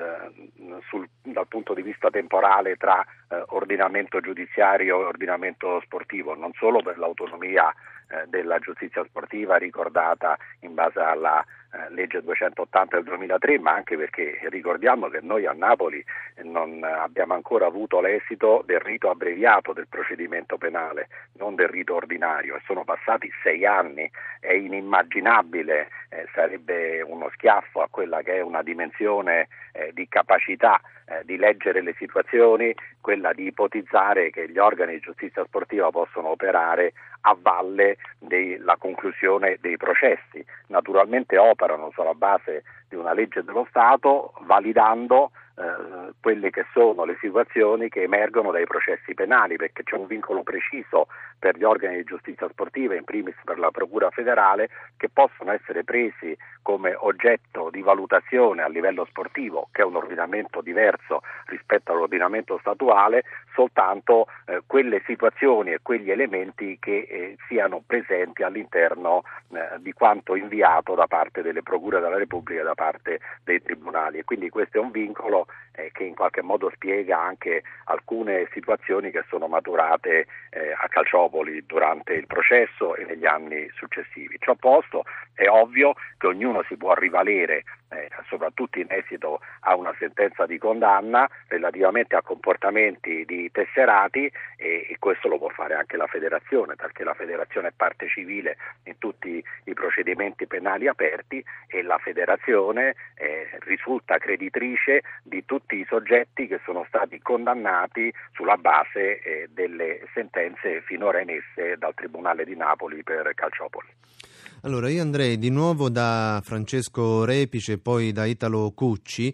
dal punto di vista temporale tra ordinamento giudiziario e ordinamento sportivo, non solo per l'autonomia della giustizia sportiva ricordata in base alla legge 280 del 2003, ma anche perché ricordiamo che noi a Napoli non abbiamo ancora avuto l'esito del rito abbreviato del procedimento penale, non del rito ordinario, e sono passati 6 anni. È inimmaginabile, sarebbe uno schiaffo a quella che è una dimensione di capacità di leggere le situazioni, quella di ipotizzare che gli organi di giustizia sportiva possono operare a valle della conclusione dei processi. Naturalmente operano sulla base di una legge dello Stato, validando quelle che sono le situazioni che emergono dai processi penali, perché c'è un vincolo preciso per gli organi di giustizia sportiva, in primis per la Procura federale, che possono essere presi come oggetto di valutazione a livello sportivo, che è un ordinamento diverso rispetto all'ordinamento statuale, soltanto quelle situazioni e quegli elementi che siano presenti all'interno di quanto inviato da parte delle Procure della Repubblica e da parte dei tribunali. E quindi questo è un vincolo che in qualche modo spiega anche alcune situazioni che sono maturate a Calciopoli durante il processo e negli anni successivi. Ciò posto, è ovvio che ognuno si può rivalere, soprattutto in esito a una sentenza di condanna, relativamente a comportamenti di tesserati, e questo lo può fare anche la federazione, perché la federazione è parte civile in tutti i procedimenti penali aperti, e la federazione risulta creditrice di tutti i soggetti che sono stati condannati sulla base delle sentenze finora emesse dal Tribunale di Napoli per Calciopoli. Allora, io andrei di nuovo da Francesco Repice, poi da Italo Cucci.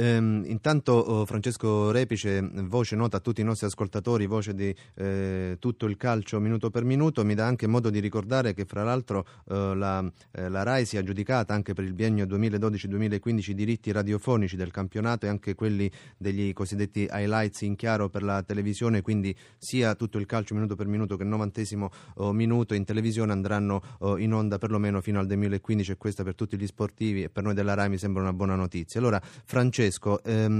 Intanto Francesco Repice, voce nota a tutti i nostri ascoltatori, voce di tutto il calcio minuto per minuto, mi dà anche modo di ricordare che fra l'altro la RAI si è aggiudicata anche per il biennio 2012-2015 i diritti radiofonici del campionato e anche quelli degli cosiddetti highlights in chiaro per la televisione, quindi sia tutto il calcio minuto per minuto che il 90° minuto in televisione andranno in onda perlomeno fino al 2015, e questa per tutti gli sportivi, e per noi della RAI mi sembra una buona notizia. Allora Francesco,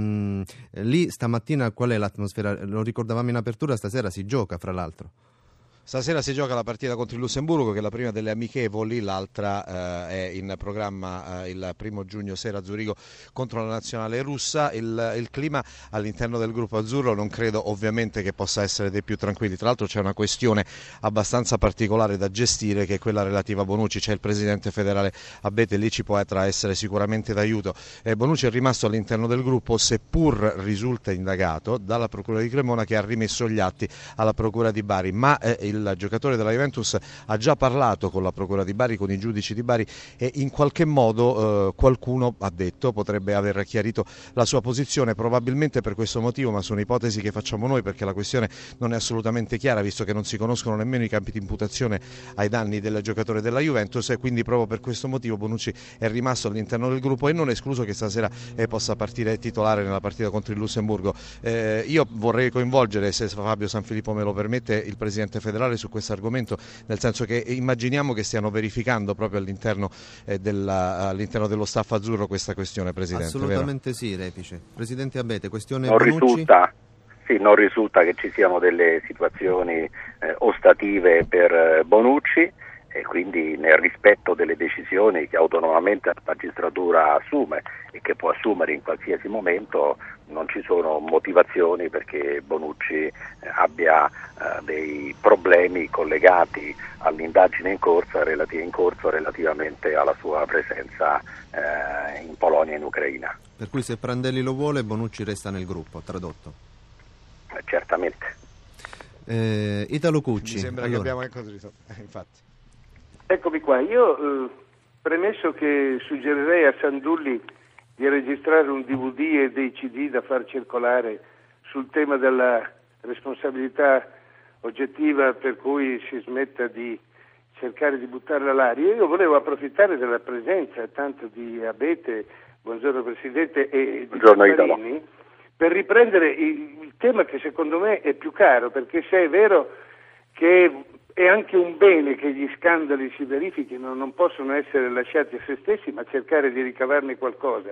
lì stamattina qual è l'atmosfera? Lo ricordavamo in apertura, stasera si gioca fra l'altro. Stasera si gioca la partita contro il Lussemburgo, che è la prima delle amichevoli, l'altra è in programma il 1 giugno sera a Zurigo contro la nazionale russa. Il clima all'interno del gruppo azzurro non credo ovviamente che possa essere dei più tranquilli. Tra l'altro c'è una questione abbastanza particolare da gestire, che è quella relativa a Bonucci. C'è il presidente federale Abete, lì ci potrà essere sicuramente d'aiuto. Bonucci è rimasto all'interno del gruppo, seppur risulta indagato dalla Procura di Cremona, che ha rimesso gli atti alla Procura di Bari, ma il giocatore della Juventus ha già parlato con la Procura di Bari, con i giudici di Bari, e in qualche modo qualcuno ha detto potrebbe aver chiarito la sua posizione, probabilmente per questo motivo, ma sono ipotesi che facciamo noi perché la questione non è assolutamente chiara, visto che non si conoscono nemmeno i campi di imputazione ai danni del giocatore della Juventus, e quindi proprio per questo motivo Bonucci è rimasto all'interno del gruppo, e non è escluso che stasera possa partire titolare nella partita contro il Lussemburgo. Io vorrei coinvolgere, se Fabio Sanfilippo me lo permette, il presidente federale su questo argomento, nel senso che immaginiamo che stiano verificando proprio all'interno dello staff azzurro questa questione, Presidente. Assolutamente vero? Sì, Repice. Presidente Abete, questione non Bonucci? Non risulta che ci siano delle situazioni ostative per Bonucci. e quindi nel rispetto delle decisioni che autonomamente la magistratura assume e che può assumere in qualsiasi momento, non ci sono motivazioni perché Bonucci abbia dei problemi collegati all'indagine in corso relativamente alla sua presenza in Polonia e in Ucraina. Per cui se Prandelli lo vuole, Bonucci resta nel gruppo, tradotto. Certamente. Italo Cucci. Mi sembra che abbiamo infatti. Eccomi qua, io premesso che suggerirei a Sandulli di registrare un DVD e dei CD da far circolare sul tema della responsabilità oggettiva, per cui si smetta di cercare di buttarla all'aria. Io volevo approfittare della presenza tanto di Abete, buongiorno Presidente, e di Zamperini, per riprendere il tema che secondo me è più caro, perché se è vero che è anche un bene che gli scandali si verifichino, non possono essere lasciati a se stessi, ma cercare di ricavarne qualcosa.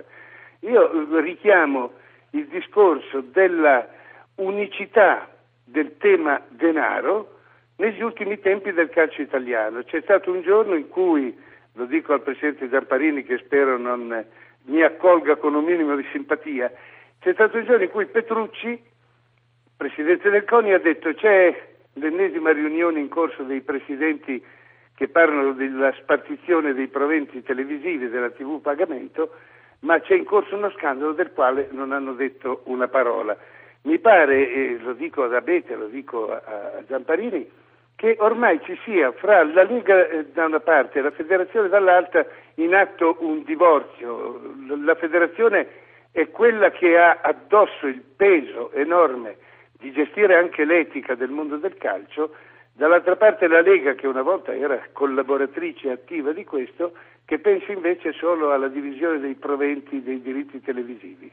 Io richiamo il discorso della unicità del tema denaro negli ultimi tempi del calcio italiano. C'è stato un giorno in cui, lo dico al Presidente Zamparini che spero non mi accolga con un minimo di simpatia, c'è stato un giorno in cui Petrucci, Presidente del CONI, ha detto c'è l'ennesima riunione in corso dei presidenti che parlano della spartizione dei proventi televisivi della TV pagamento, ma c'è in corso uno scandalo del quale non hanno detto una parola. Mi pare, lo dico ad Abete, lo dico a Zamparini, che ormai ci sia fra la Lega da una parte e la Federazione dall'altra in atto un divorzio. La Federazione è quella che ha addosso il peso enorme di gestire anche l'etica del mondo del calcio, dall'altra parte la Lega, che una volta era collaboratrice attiva di questo, che pensa invece solo alla divisione dei proventi dei diritti televisivi.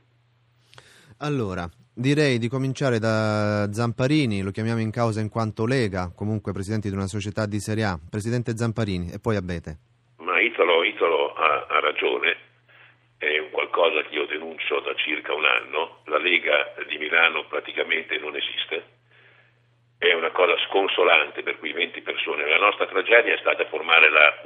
Allora, direi di cominciare da Zamparini, lo chiamiamo in causa in quanto Lega, comunque presidente di una società di Serie A. Presidente Zamparini, e poi Abete. Ma Italo ha ragione, è un qualcosa che io denuncio da circa un anno. La Lega di Milano praticamente non esiste, è una cosa sconsolante per cui 20 persone. La nostra tragedia è stata formare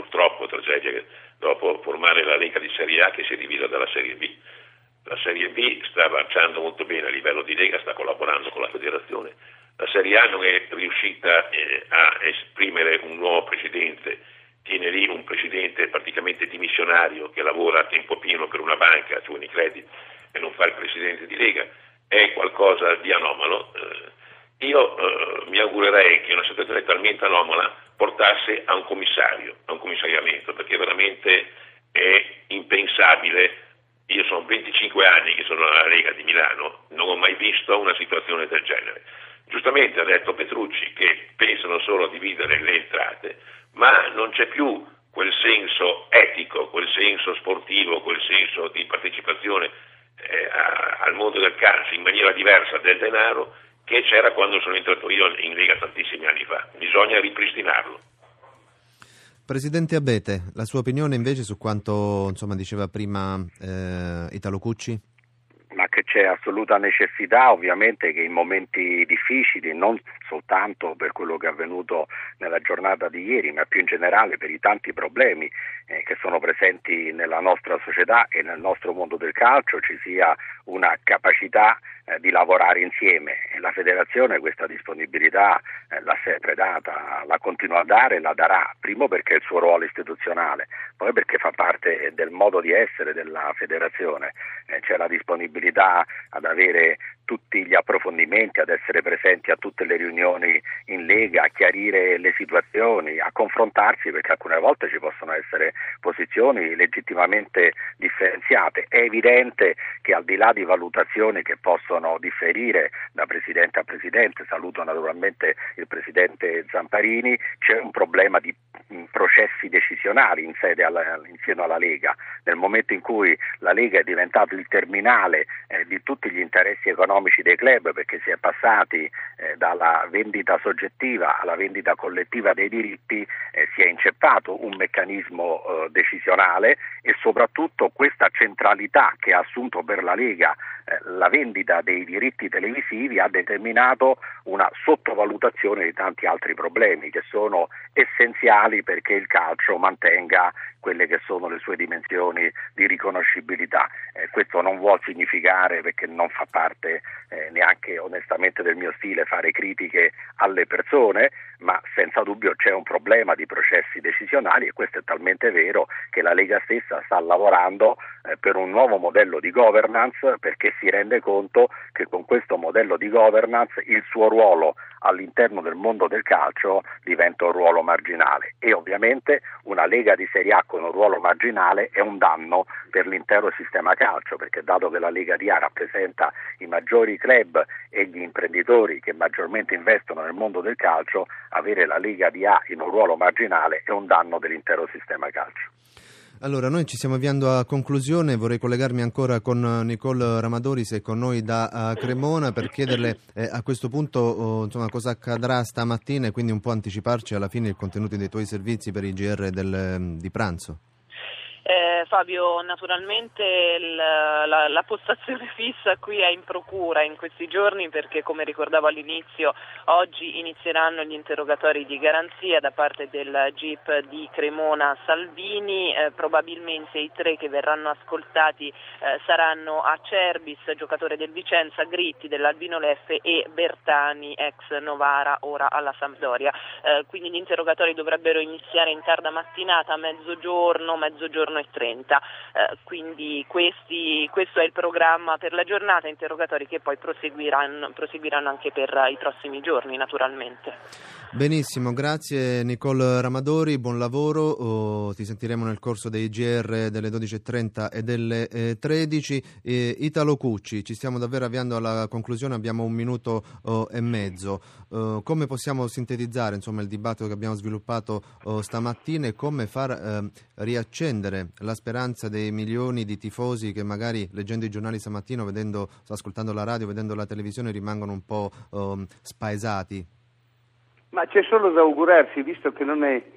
dopo formare la Lega di Serie A che si è divisa dalla Serie B. La Serie B sta marciando molto bene a livello di Lega, sta collaborando con la federazione. La Serie A non è riuscita a esprimere un nuovo presidente, tiene lì un presidente praticamente dimissionario che lavora a tempo pieno per una banca, cioè Unicredit, e non fa il presidente di Lega. È qualcosa di anomalo. Io mi augurerei che una situazione talmente anomala portasse a un commissariamento, perché veramente è impensabile. Io sono 25 anni che sono alla Lega di Milano, non ho mai visto una situazione del genere. Giustamente ha detto Petrucci che pensano solo a dividere le entrate, ma non c'è più quel senso etico, quel senso sportivo, quel senso di partecipazione al mondo del calcio in maniera diversa del denaro che c'era quando sono entrato io in Lega tantissimi anni fa. Bisogna ripristinarlo. Presidente Abete, la sua opinione invece su quanto diceva prima Italo Cucci? Ma che c'è assoluta necessità ovviamente che in momenti difficili, non soltanto per quello che è avvenuto nella giornata di ieri, ma più in generale per i tanti problemi che sono presenti nella nostra società e nel nostro mondo del calcio, ci sia una capacità di lavorare insieme. La federazione questa disponibilità l'ha sempre data, la continua a dare e la darà, primo perché è il suo ruolo istituzionale, poi perché fa parte del modo di essere della federazione. C'è la disponibilità ad avere tutti gli approfondimenti, ad essere presenti a tutte le riunioni in Lega, a chiarire le situazioni, a confrontarsi, perché alcune volte ci possono essere posizioni legittimamente differenziate. È evidente che al di là di valutazioni che possono differire da presidente a presidente, saluto naturalmente il presidente Zamparini, c'è un problema di processi decisionali insieme alla Lega. Nel momento in cui la Lega è diventato il terminale di tutti gli interessi economici economici dei club, perché si è passati dalla vendita soggettiva alla vendita collettiva dei diritti, si è inceppato un meccanismo decisionale, e soprattutto questa centralità che ha assunto per la Lega la vendita dei diritti televisivi ha determinato una sottovalutazione di tanti altri problemi che sono essenziali perché il calcio mantenga quelle che sono le sue dimensioni di riconoscibilità. Questo non vuol significare, perché non fa parte neanche onestamente del mio stile, fare critiche alle persone, ma senza dubbio c'è un problema di processi decisionali, e questo è talmente vero che la Lega stessa sta lavorando per un nuovo modello di governance, perché si rende conto che con questo modello di governance il suo ruolo all'interno del mondo del calcio diventa un ruolo marginale, e ovviamente una Lega di Serie A con un ruolo marginale è un danno per l'intero sistema calcio, perché dato che la Lega di A rappresenta i maggiori club e gli imprenditori che maggiormente investono nel mondo del calcio, avere la Lega di A in un ruolo marginale è un danno dell'intero sistema calcio. Allora, noi ci stiamo avviando a conclusione. Vorrei collegarmi ancora con Nicole Ramadori, se è con noi da Cremona, per chiederle a questo punto cosa accadrà stamattina, e quindi un po' anticiparci alla fine il contenuto dei tuoi servizi per il GR di pranzo. Fabio, naturalmente la postazione fissa qui è in procura in questi giorni, perché, come ricordavo all'inizio, oggi inizieranno gli interrogatori di garanzia da parte del GIP di Cremona Salvini. Probabilmente i 3 che verranno ascoltati saranno Acerbis, giocatore del Vicenza, Gritti dell'Albino Leffe e Bertani, ex Novara, ora alla Sampdoria. Quindi gli interrogatori dovrebbero iniziare in tarda mattinata, mezzogiorno e 30. Quindi questo è il programma per la giornata, interrogatori che poi proseguiranno anche per i prossimi giorni, naturalmente. Benissimo, grazie Nicole Ramadori, buon lavoro, ti sentiremo nel corso dei GR delle 12.30 e delle 13. Italo Cucci, ci stiamo davvero avviando alla conclusione, abbiamo 1 minuto e mezzo. Come possiamo sintetizzare il dibattito che abbiamo sviluppato stamattina, e come far riaccendere la speranza dei milioni di tifosi che magari leggendo i giornali stamattina, ascoltando la radio, vedendo la televisione, rimangono un po' spaesati? Ma c'è solo da augurarsi, visto che non è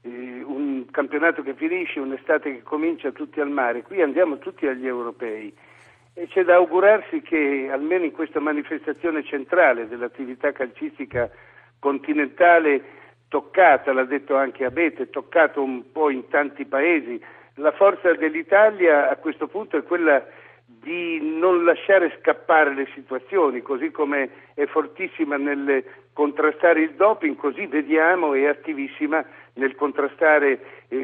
un campionato che finisce, un'estate che comincia, tutti al mare, qui andiamo tutti agli europei, e c'è da augurarsi che almeno in questa manifestazione centrale dell'attività calcistica continentale, toccata, l'ha detto anche Abete, toccato un po' in tanti paesi, la forza dell'Italia a questo punto è quella di non lasciare scappare le situazioni, così come è fortissima nel contrastare il doping, così vediamo è attivissima nel contrastare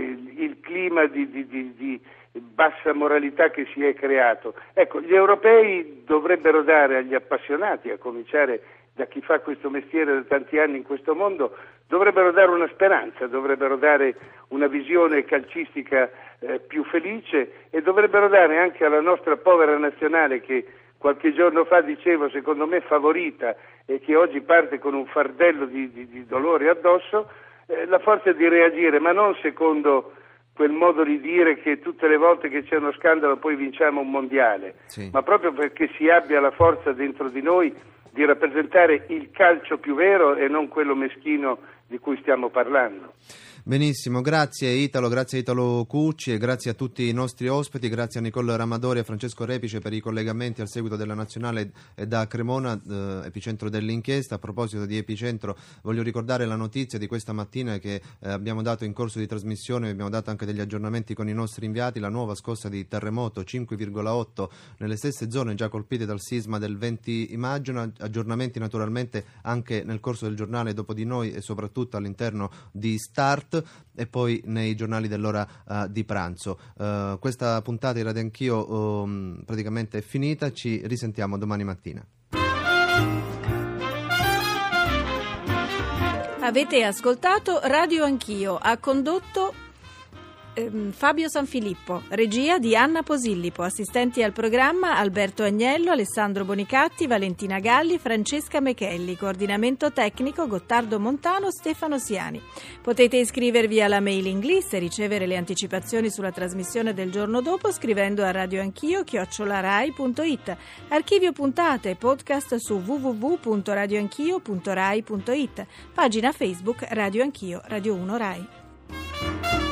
il clima di bassa moralità che si è creato. Ecco, gli europei dovrebbero dare agli appassionati, a cominciare da chi fa questo mestiere da tanti anni in questo mondo, dovrebbero dare una speranza, dovrebbero dare una visione calcistica più felice, e dovrebbero dare anche alla nostra povera nazionale, che qualche giorno fa dicevo secondo me favorita, e che oggi parte con un fardello di dolore addosso, la forza di reagire, ma non secondo quel modo di dire che tutte le volte che c'è uno scandalo poi vinciamo un mondiale, sì, ma proprio perché si abbia la forza dentro di noi di rappresentare il calcio più vero e non quello meschino di cui stiamo parlando. Benissimo, grazie Italo Cucci, e grazie a tutti i nostri ospiti, grazie a Nicole Ramadori e a Francesco Repice per i collegamenti al seguito della nazionale da Cremona, epicentro dell'inchiesta. A proposito di epicentro, voglio ricordare la notizia di questa mattina che abbiamo dato in corso di trasmissione, abbiamo dato anche degli aggiornamenti con i nostri inviati: la nuova scossa di terremoto 5,8 nelle stesse zone già colpite dal sisma del 20 maggio, aggiornamenti naturalmente anche nel corso del giornale Dopo di Noi, e soprattutto all'interno di Start, e poi nei giornali dell'ora di pranzo. Questa puntata di Radio Anch'io praticamente è finita, ci risentiamo domani mattina. Avete ascoltato Radio Anch'io, ha condotto Fabio Sanfilippo, regia di Anna Posillipo, assistenti al programma Alberto Agnello, Alessandro Bonicatti, Valentina Galli, Francesca Mechelli, coordinamento tecnico Gottardo Montano, Stefano Siani. Potete iscrivervi alla mailing list e ricevere le anticipazioni sulla trasmissione del giorno dopo scrivendo a radioanchio@rai.it. Archivio puntate, podcast su www.radioanchio.rai.it. Pagina Facebook Radio Anch'io, Radio 1 Rai.